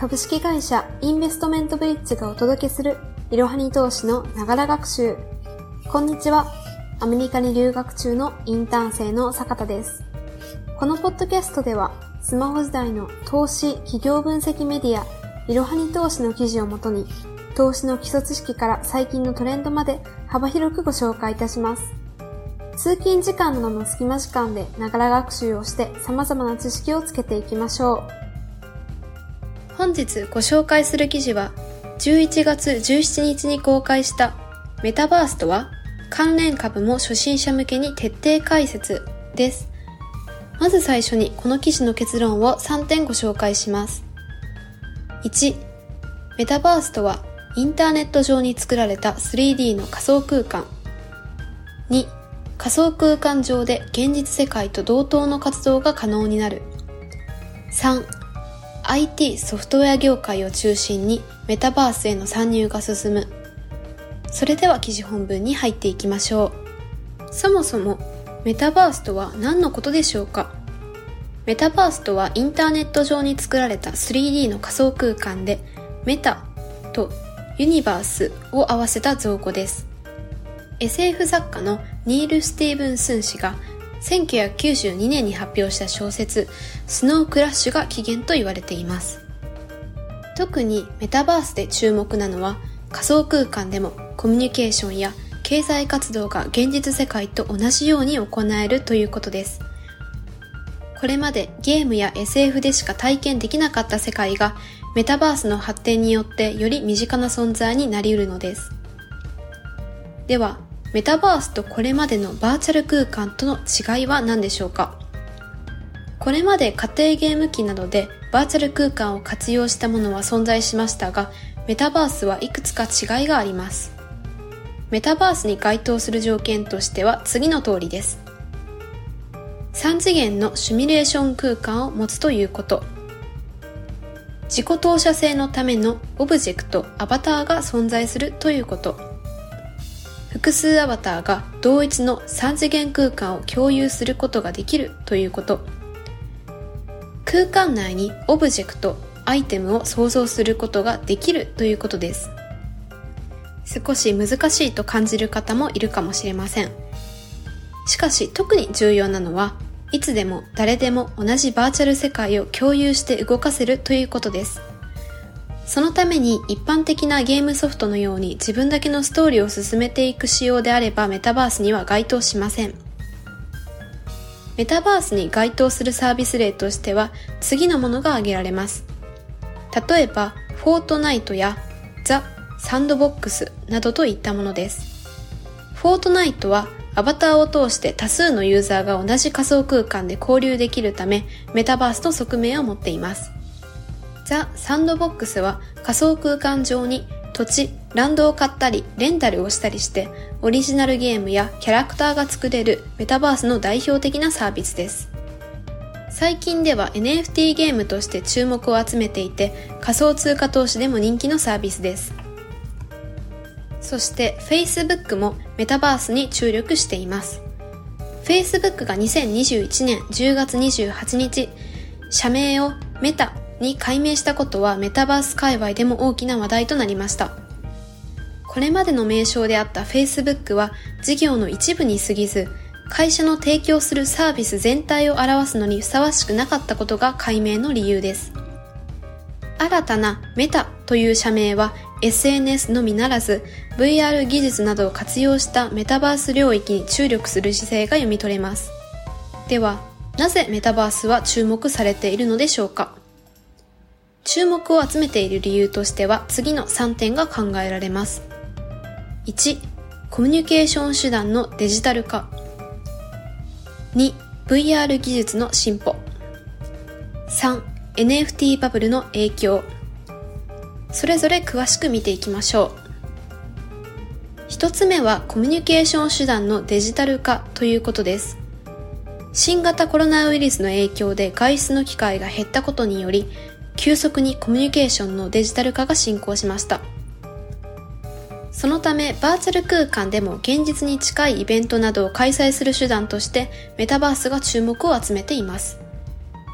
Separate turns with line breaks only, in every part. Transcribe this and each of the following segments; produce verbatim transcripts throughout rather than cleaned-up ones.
株式会社インベストメントブリッジがお届けするいろはに投資のながら学習。こんにちは。アメリカに留学中のインターン生の坂田です。このポッドキャストではスマホ時代の投資企業分析メディアいろはに投資の記事をもとに投資の基礎知識から最近のトレンドまで幅広くご紹介いたします。通勤時間などの隙間時間でながら学習をして様々な知識をつけていきましょう。本日ご紹介する記事はじゅういちがつじゅうしちにちに公開したメタバースとは関連株も初心者向けに徹底解説です。まず最初にこの記事の結論をさんてんご紹介します。いち. メタバースとはインターネット上に作られた スリーディー の仮想空間。に. 仮想空間上で現実世界と同等の活動が可能になる。さん. アイティー ソフトウェア業界を中心にメタバースへの参入が進む。それでは記事本文に入っていきましょう。そもそもメタバースとは何のことでしょうか。メタバースとはインターネット上に作られた スリーディー の仮想空間でメタとユニバースを合わせた造語です。エスエフ 作家のニール・スティーブンスン氏がせんきゅうひゃくきゅうじゅうにねんに発表した小説スノークラッシュが起源と言われています。特にメタバースで注目なのは仮想空間でもコミュニケーションや経済活動が現実世界と同じように行えるということです。これまでゲームや エスエフ でしか体験できなかった世界がメタバースの発展によってより身近な存在になり得るのです。ではメタバースとこれまでのバーチャル空間との違いは何でしょうか。これまで家庭ゲーム機などでバーチャル空間を活用したものは存在しましたが、メタバースはいくつか違いがあります。メタバースに該当する条件としては次の通りです。さん次元のシミュレーション空間を持つということ。自己投射性のためのオブジェクト、アバターが存在するということ。複数アバターが同一のさん次元空間を共有することができるということ。空間内にオブジェクト、アイテムを想像することができるということです。少し難しいと感じる方もいるかもしれません。しかし特に重要なのはいつでも誰でも同じバーチャル世界を共有して動かせるということです。そのために一般的なゲームソフトのように自分だけのストーリーを進めていく仕様であればメタバースには該当しません。メタバースに該当するサービス例としては次のものが挙げられます。例えばフォートナイトやザ・サンドボックスなどといったものです。フォートナイトはアバターを通して多数のユーザーが同じ仮想空間で交流できるためメタバースと側面を持っています。ザ・サンドボックスは仮想空間上に土地、ランドを買ったりレンタルをしたりしてオリジナルゲームやキャラクターが作れるメタバースの代表的なサービスです。最近では エヌエフティー ゲームとして注目を集めていて仮想通貨投資でも人気のサービスです。そして Facebook もメタバースに注力しています。Facebook がにせんにじゅういちねんじゅうがつにじゅうはちにち社名をメタに改名したことはメタバース界隈でも大きな話題となりました。これまでの名称であった Facebook は事業の一部に過ぎず会社の提供するサービス全体を表すのにふさわしくなかったことが改名の理由です。新たなメタという社名は エスエヌエス のみならず ブイアール 技術などを活用したメタバース領域に注力する姿勢が読み取れます。では、なぜメタバースは注目されているのでしょうか。注目を集めている理由としては次のさんてんが考えられます。いち. コミュニケーション手段のデジタル化。に. ブイアール 技術の進歩。さん. エヌエフティー バブルの影響。それぞれ詳しく見ていきましょう。一つ目はコミュニケーション手段のデジタル化ということです。新型コロナウイルスの影響で外出の機会が減ったことにより急速にコミュニケーションのデジタル化が進行しました。そのためバーチャル空間でも現実に近いイベントなどを開催する手段としてメタバースが注目を集めています。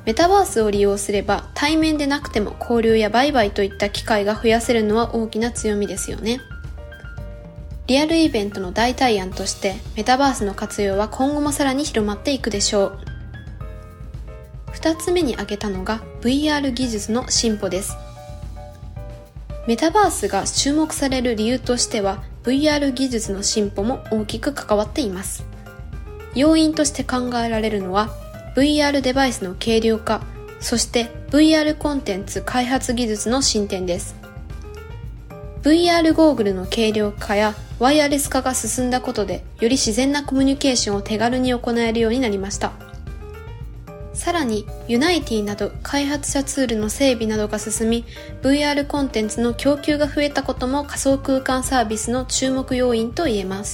メタバースを利用すれば対面でなくても交流や売買といった機会が増やせるのは大きな強みですよね。リアルイベントの代替案としてメタバースの活用は今後もさらに広まっていくでしょう。二つ目に挙げたのが ブイアール 技術の進歩です。メタバースが注目される理由としては ブイアール 技術の進歩も大きく関わっています。要因として考えられるのは ブイアール デバイスの軽量化、そして ブイアール コンテンツ開発技術の進展です。ブイアール ゴーグルの軽量化やワイヤレス化が進んだことで、より自然なコミュニケーションを手軽に行えるようになりました。さらに、ユナイティなど開発者ツールの整備などが進み、ブイアール コンテンツの供給が増えたことも仮想空間サービスの注目要因と言えます。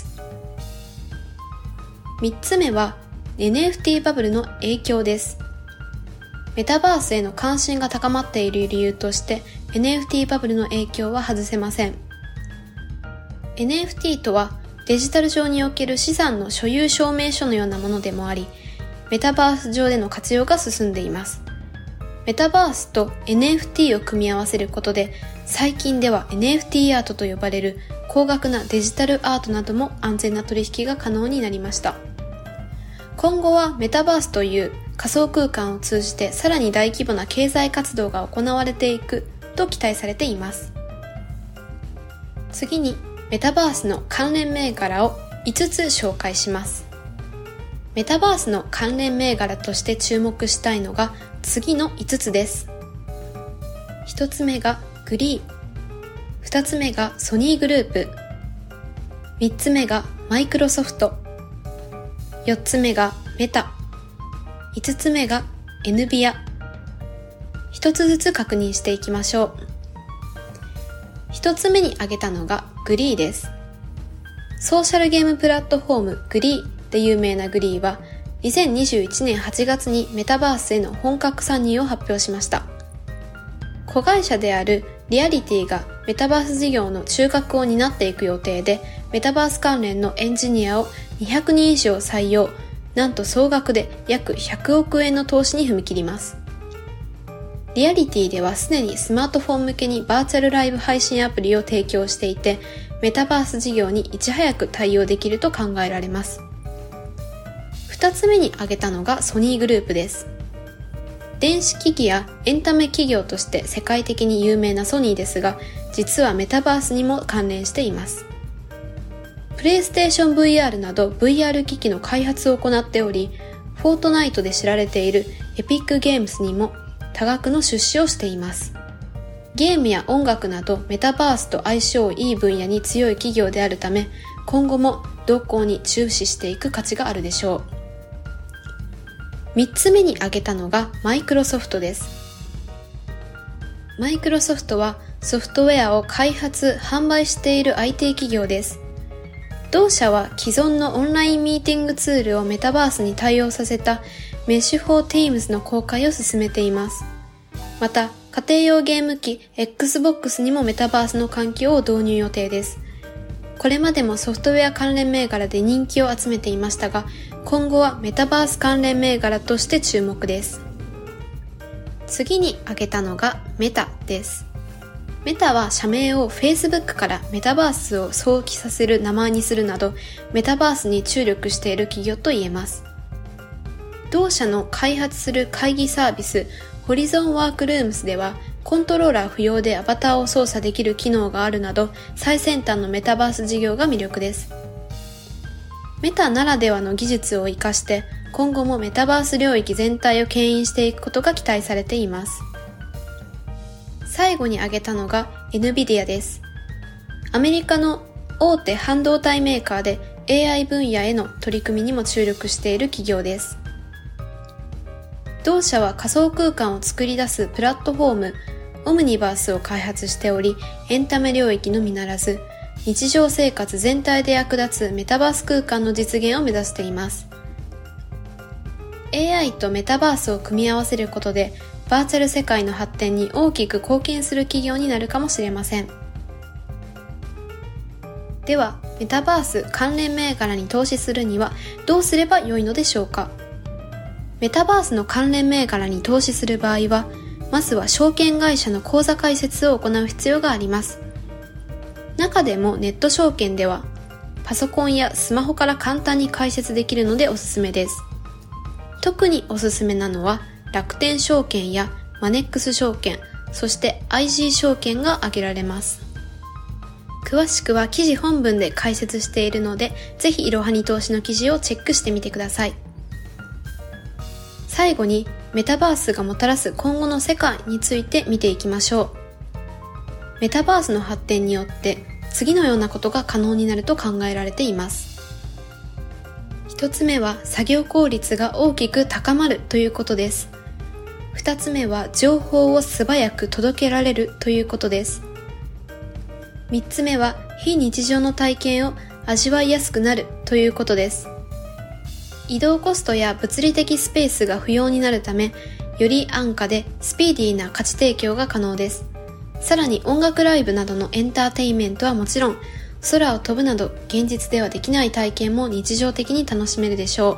みっつめは、エヌエフティー バブルの影響です。メタバースへの関心が高まっている理由として、エヌエフティー バブルの影響は外せません。エヌエフティー とは、デジタル上における資産の所有証明書のようなものでもあり、メタバース上での活用が進んでいます。メタバースと エヌエフティー を組み合わせることで、最近では エヌエフティー アートと呼ばれる高額なデジタルアートなども安全な取引が可能になりました。今後はメタバースという仮想空間を通じてさらに大規模な経済活動が行われていくと期待されています。次にメタバースの関連銘柄をいつつ紹介します。メタバースの関連銘柄として注目したいのが次のいつつです。ひとつめがグリー、ふたつめがソニーグループ、みっつめがマイクロソフト、よっつめがメタ、いつつめがエヌビア。一つずつ確認していきましょう。一つ目に挙げたのがグリーです。ソーシャルゲームプラットフォームグリーで有名なグリーはにせんにじゅういちねんはちがつにメタバースへの本格参入を発表しました。子会社であるリアリティがメタバース事業の中核を担っていく予定で、メタバース関連のエンジニアをにひゃくにん以上採用、なんと総額で約ひゃくおくえんの投資に踏み切ります。リアリティではすでにスマートフォン向けにバーチャルライブ配信アプリを提供していて、メタバース事業にいち早く対応できると考えられます。二つ目に挙げたのがソニーグループです。電子機器やエンタメ企業として世界的に有名なソニーですが、実はメタバースにも関連しています。プレイステーション ブイアール など ブイアール 機器の開発を行っており、フォートナイトで知られているエピックゲームスにも多額の出資をしています。ゲームや音楽などメタバースと相性いい分野に強い企業であるため、今後も動向に注視していく価値があるでしょう。三つ目に挙げたのがマイクロソフトです。マイクロソフトはソフトウェアを開発・販売している アイティー 企業です。同社は既存のオンラインミーティングツールをメタバースに対応させたメッシュフォー Teams の公開を進めています。また、家庭用ゲーム機 Xbox にもメタバースの環境を導入予定です。これまでもソフトウェア関連銘柄で人気を集めていましたが、今後はメタバース関連銘柄として注目です。次に挙げたのがメタです。メタは社名を Facebook からメタバースを想起させる名前にするなど、メタバースに注力している企業と言えます。同社の開発する会議サービス、ホリゾンワークルームスでは、コントローラー不要でアバターを操作できる機能があるなど、最先端のメタバース事業が魅力です。メタならではの技術を活かして、今後もメタバース領域全体を牽引していくことが期待されています。最後に挙げたのが エヌビディア です。アメリカの大手半導体メーカーで エーアイ 分野への取り組みにも注力している企業です。同社は仮想空間を作り出すプラットフォームオムニバースを開発しており、エンタメ領域のみならず日常生活全体で役立つメタバース空間の実現を目指しています。エーアイ とメタバースを組み合わせることでバーチャル世界の発展に大きく貢献する企業になるかもしれません。では、メタバース関連銘柄に投資するにはどうすればよいのでしょうか。 メタバースの関連銘柄に投資する場合は、まずは証券会社の口座開設を行う必要があります。中でもネット証券では、パソコンやスマホから簡単に開設できるのでおすすめです。特におすすめなのは、楽天証券やマネックス証券、そして アイジー 証券が挙げられます。詳しくは記事本文で解説しているので、ぜひいろはに投資の記事をチェックしてみてください。最後に、メタバースがもたらす今後の世界について見ていきましょう。メタバースの発展によって次のようなことが可能になると考えられています。一つ目は作業効率が大きく高まるということです。二つ目は情報を素早く届けられるということです。三つ目は非日常の体験を味わいやすくなるということです。移動コストや物理的スペースが不要になるため、より安価でスピーディーな価値提供が可能です。さらに音楽ライブなどのエンターテインメントはもちろん、空を飛ぶなど現実ではできない体験も日常的に楽しめるでしょう。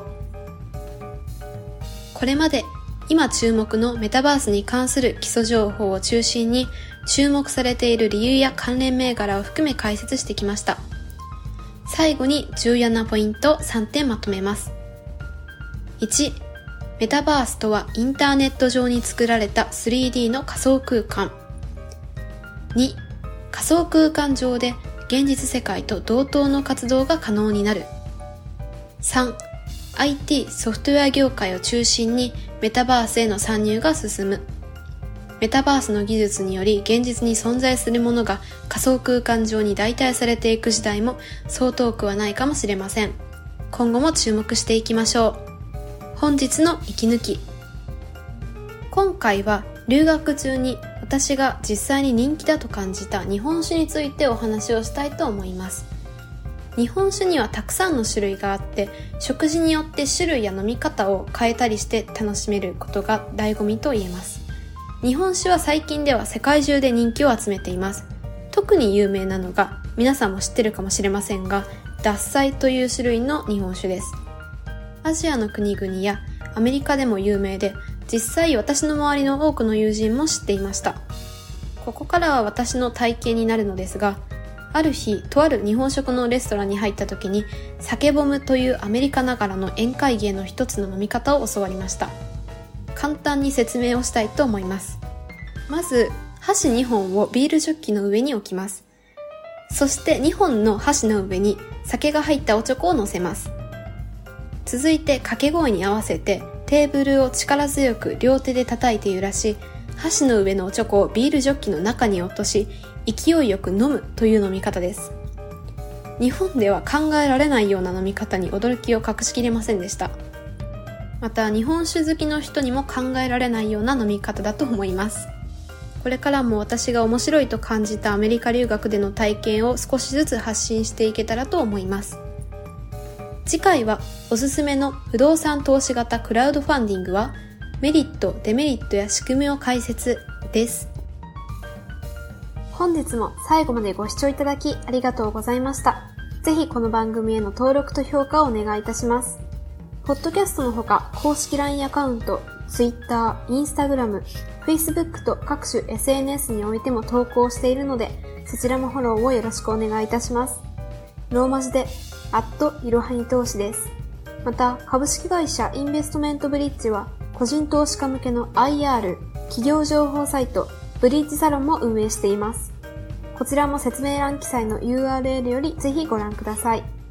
これまで今注目のメタバースに関する基礎情報を中心に注目されている理由や関連銘柄を含め解説してきました。最後に重要なポイントをさんてんまとめます。いち. メタバースとはインターネット上に作られた スリーディー の仮想空間。に. 仮想空間上で現実世界と同等の活動が可能になる。さん. アイティー ソフトウェア業界を中心にメタバースへの参入が進む。メタバースの技術により現実に存在するものが仮想空間上に代替されていく時代もそう遠くはないかもしれません。今後も注目していきましょう。本日の息抜き。今回は留学中に私が実際に人気だと感じた日本酒についてお話をしたいと思います。日本酒にはたくさんの種類があって、食事によって種類や飲み方を変えたりして楽しめることが醍醐味と言えます。日本酒は最近では世界中で人気を集めています。特に有名なのが、皆さんも知ってるかもしれませんが、獺祭という種類の日本酒です。アジアの国々やアメリカでも有名で、実際私の周りの多くの友人も知っていました。ここからは私の体験になるのですが、ある日、とある日本食のレストランに入った時に、酒ボムというアメリカながらの宴会芸の一つの飲み方を教わりました。簡単に説明をしたいと思います。まず、箸にほんをビールジョッキの上に置きます。そしてにほんの箸の上に酒が入ったおちょこを乗せます。続いて掛け声に合わせてテーブルを力強く両手で叩いて揺らし、箸の上のおちょこをビールジョッキの中に落とし、勢いよく飲むという飲み方です。日本では考えられないような飲み方に驚きを隠しきれませんでした。また日本酒好きの人にも考えられないような飲み方だと思います。これからも私が面白いと感じたアメリカ留学での体験を少しずつ発信していけたらと思います。次回はおすすめの不動産投資型クラウドファンディングはメリット、デメリットや仕組みを解説です。本日も最後までご視聴いただきありがとうございました。ぜひこの番組への登録と評価をお願いいたします。ポッドキャストのほか公式 ライン アカウント、Twitter、Instagram、Facebook と各種 エスエヌエス においても投稿しているので、そちらもフォローをよろしくお願いいたします。ローマ字でアットいろはに投資です。また、株式会社インベストメントブリッジは、個人投資家向けの アイアール、企業情報サイト、ブリッジサロンも運営しています。こちらも説明欄記載の ユーアールエル よりぜひご覧ください。